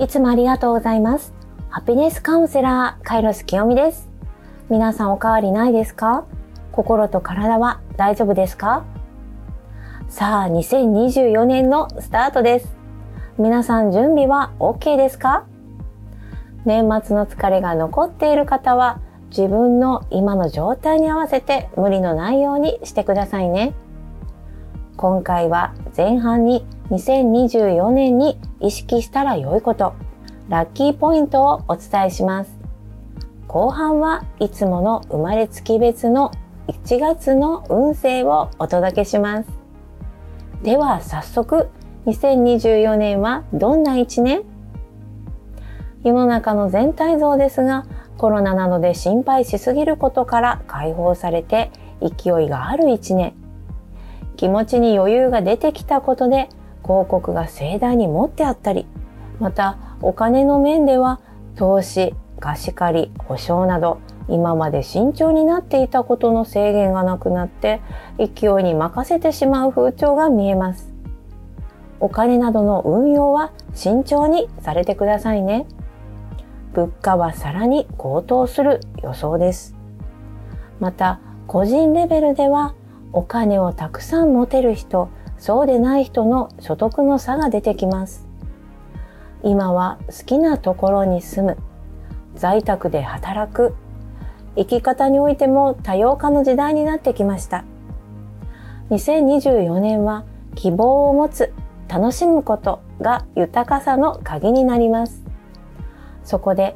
いつもありがとうございます。ハピネスカウンセラー、カイロス清美です。皆さんお変わりないですか？心と体は大丈夫ですか？さあ、2024年のスタートです。皆さん準備は OK ですか？年末の疲れが残っている方は、自分の今の状態に合わせて無理のないようにしてくださいね。今回は前半に2024年に意識したら良いこと、ラッキーポイントをお伝えします。後半はいつもの生まれつき別の1月の運勢をお届けします。では早速、2024年はどんな1年？世の中の全体像ですが、コロナなどで心配しすぎることから解放されて勢いがある1年。気持ちに余裕が出てきたことで広告が盛大に持ってあったり、またお金の面では投資、貸し借り、保証など今まで慎重になっていたことの制限がなくなって勢いに任せてしまう風潮が見えます。お金などの運用は慎重にされてくださいね。物価はさらに高騰する予想です。また個人レベルではお金をたくさん持てる人、そうでない人の所得の差が出てきます。今は好きなところに住む、在宅で働く、生き方においても多様化の時代になってきました。2024年は希望を持つ、楽しむことが豊かさの鍵になります。そこで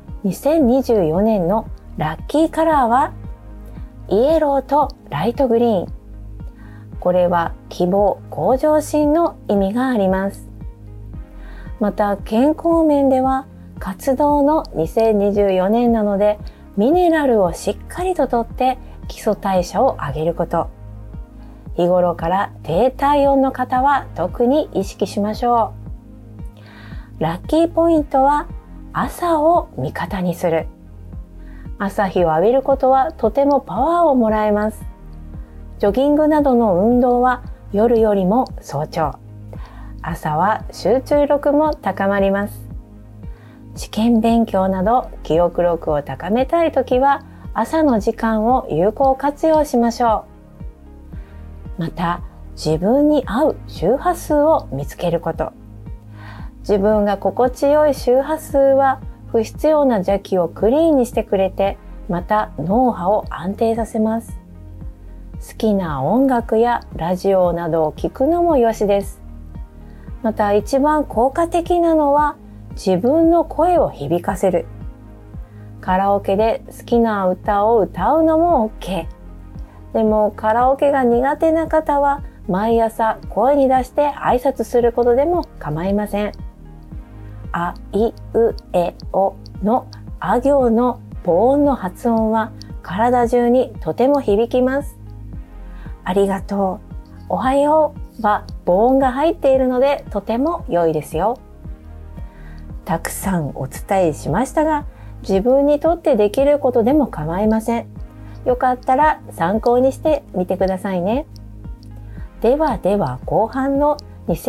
2024年のラッキーカラーはイエローとライトグリーン。これは希望、向上心の意味があります。また健康面では活動の2024年なので、ミネラルをしっかりととって基礎代謝を上げること。日頃から低体温の方は特に意識しましょう。ラッキーポイントは朝を味方にする。朝日を浴びることはとてもパワーをもらえます。ジョギングなどの運動は夜よりも早朝。朝は集中力も高まります。試験勉強など記憶力を高めたいときは朝の時間を有効活用しましょう。また自分に合う周波数を見つけること。自分が心地よい周波数は不必要な邪気をクリーンにしてくれて、また脳波を安定させます。好きな音楽やラジオなどを聴くのもよしです。また一番効果的なのは自分の声を響かせる。カラオケで好きな歌を歌うのも OK。でもカラオケが苦手な方は毎朝声に出して挨拶することでも構いません。あいうえおのあ行の母音の発音は体中にとても響きます。ありがとう、おはようは母音が入っているのでとても良いですよ。たくさんお伝えしましたが、自分にとってできることでも構いません。よかったら参考にしてみてくださいね。では後半の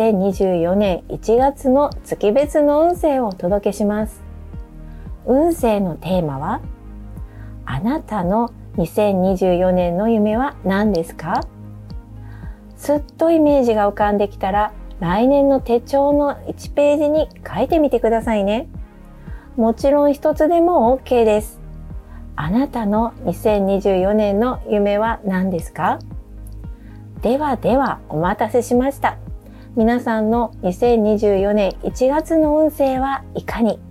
2024年1月の月別の運勢をお届けします。運勢のテーマは、あなたの2024年の夢は何ですか？すっとイメージが浮かんできたら、来年の手帳の1ページに書いてみてくださいね。もちろん一つでも OK です。あなたの2024年の夢は何ですか？ではお待たせしました。皆さんの2024年1月の運勢はいかに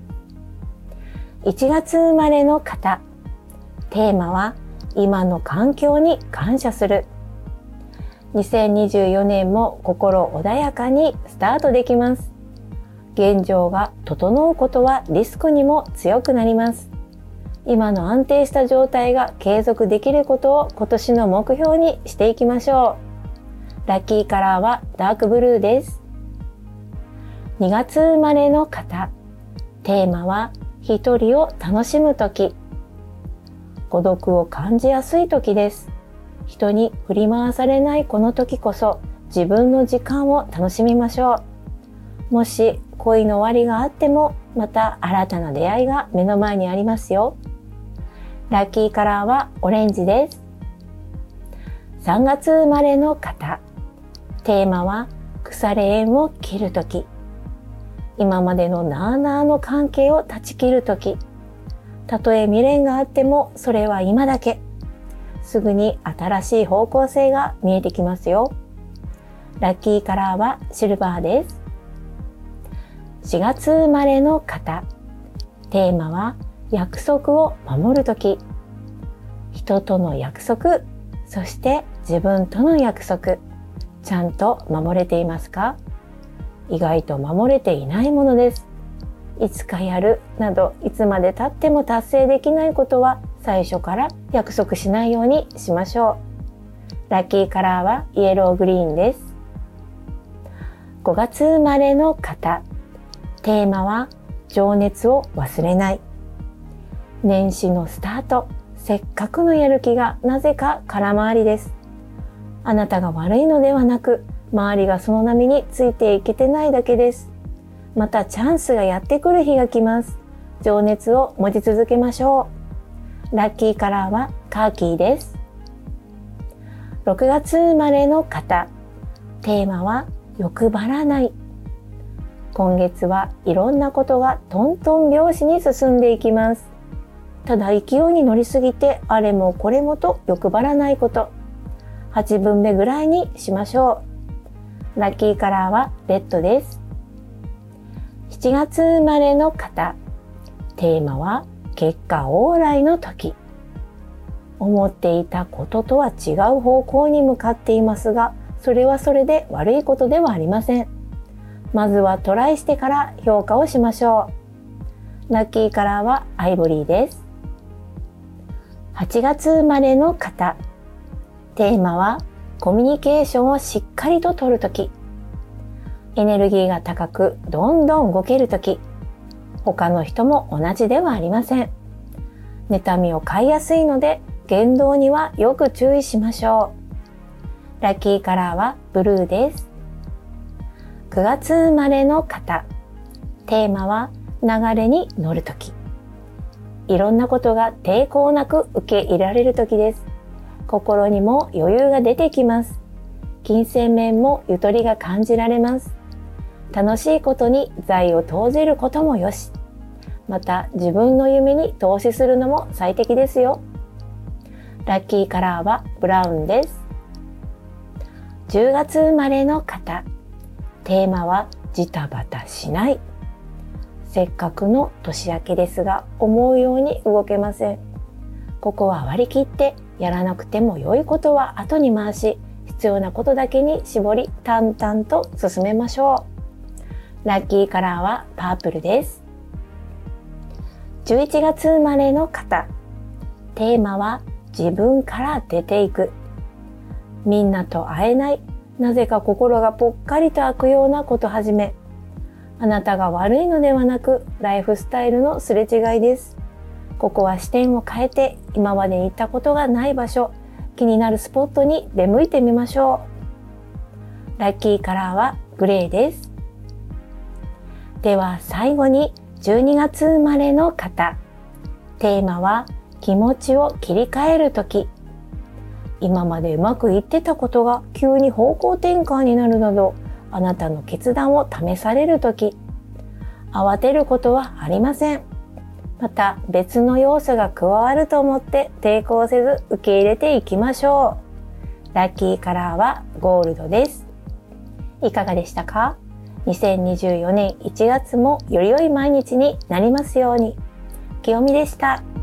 ？1月生まれの方。テーマは今の環境に感謝する。2024年も心穏やかにスタートできます。現状が整うことはリスクにも強くなります。今の安定した状態が継続できることを今年の目標にしていきましょう。ラッキーカラーはダークブルーです。2月生まれの方。テーマは一人を楽しむとき。孤独を感じやすい時です。人に振り回されないこの時こそ自分の時間を楽しみましょう。もし恋の終わりがあっても、また新たな出会いが目の前にありますよ。ラッキーカラーはオレンジです。3月生まれの方。テーマは腐れ縁を切るとき。今までのなあなあの関係を断ち切るとき。たとえ未練があってもそれは今だけ。すぐに新しい方向性が見えてきますよ。ラッキーカラーはシルバーです。4月生まれの方。テーマは約束を守るとき。人との約束、そして自分との約束、ちゃんと守れていますか？意外と守れていないものです。いつかやるなど、いつまで経っても達成できないことは最初から約束しないようにしましょう。ラッキーカラーはイエローグリーンです。5月生まれの方。テーマは情熱を忘れない。年始のスタート、せっかくのやる気がなぜか空回りです。あなたが悪いのではなく、周りがその波についていけてないだけです。またチャンスがやってくる日が来ます。情熱を持ち続けましょう。ラッキーカラーはカーキーです。6月生まれの方。テーマは欲張らない。今月はいろんなことがトントン拍子に進んでいきます。ただ勢いに乗りすぎてあれもこれもと欲張らないこと。8分目ぐらいにしましょう。ラッキーカラーはレッドです。7月生まれの方。テーマは結果往来の時。思っていたこととは違う方向に向かっていますが、それはそれで悪いことではありません。まずはトライしてから評価をしましょう。ラッキーカラーはアイボリーです。8月生まれの方。テーマはコミュニケーションをしっかりと取るとき。エネルギーが高くどんどん動けるとき。他の人も同じではありません。妬みを買いやすいので言動にはよく注意しましょう。ラッキーカラーはブルーです。9月生まれの方。テーマは流れに乗るとき。いろんなことが抵抗なく受け入れられるときです。心にも余裕が出てきます。金銭面もゆとりが感じられます。楽しいことに財を投じることもよし。また自分の夢に投資するのも最適ですよ。ラッキーカラーはブラウンです。10月生まれの方。テーマはジタバタしない。せっかくの年明けですが思うように動けません。ここは割り切ってやらなくても良いことは後に回し、必要なことだけに絞り淡々と進めましょう。ラッキーカラーはパープルです。11月生まれの方。テーマは自分から出ていく。みんなと会えない。なぜか心がぽっかりと開くようなこと始め。あなたが悪いのではなく、ライフスタイルのすれ違いです。ここは視点を変えて、今まで行ったことがない場所、気になるスポットに出向いてみましょう。ラッキーカラーはグレーです。では最後に12月生まれの方。テーマは気持ちを切り替えるとき。今までうまくいってたことが急に方向転換になるなど、あなたの決断を試されるとき。慌てることはありません。また別の要素が加わると思って抵抗せず受け入れていきましょう。ラッキーカラーはゴールドです。いかがでしたか？2024年1月もより良い毎日になりますように。きよみでした。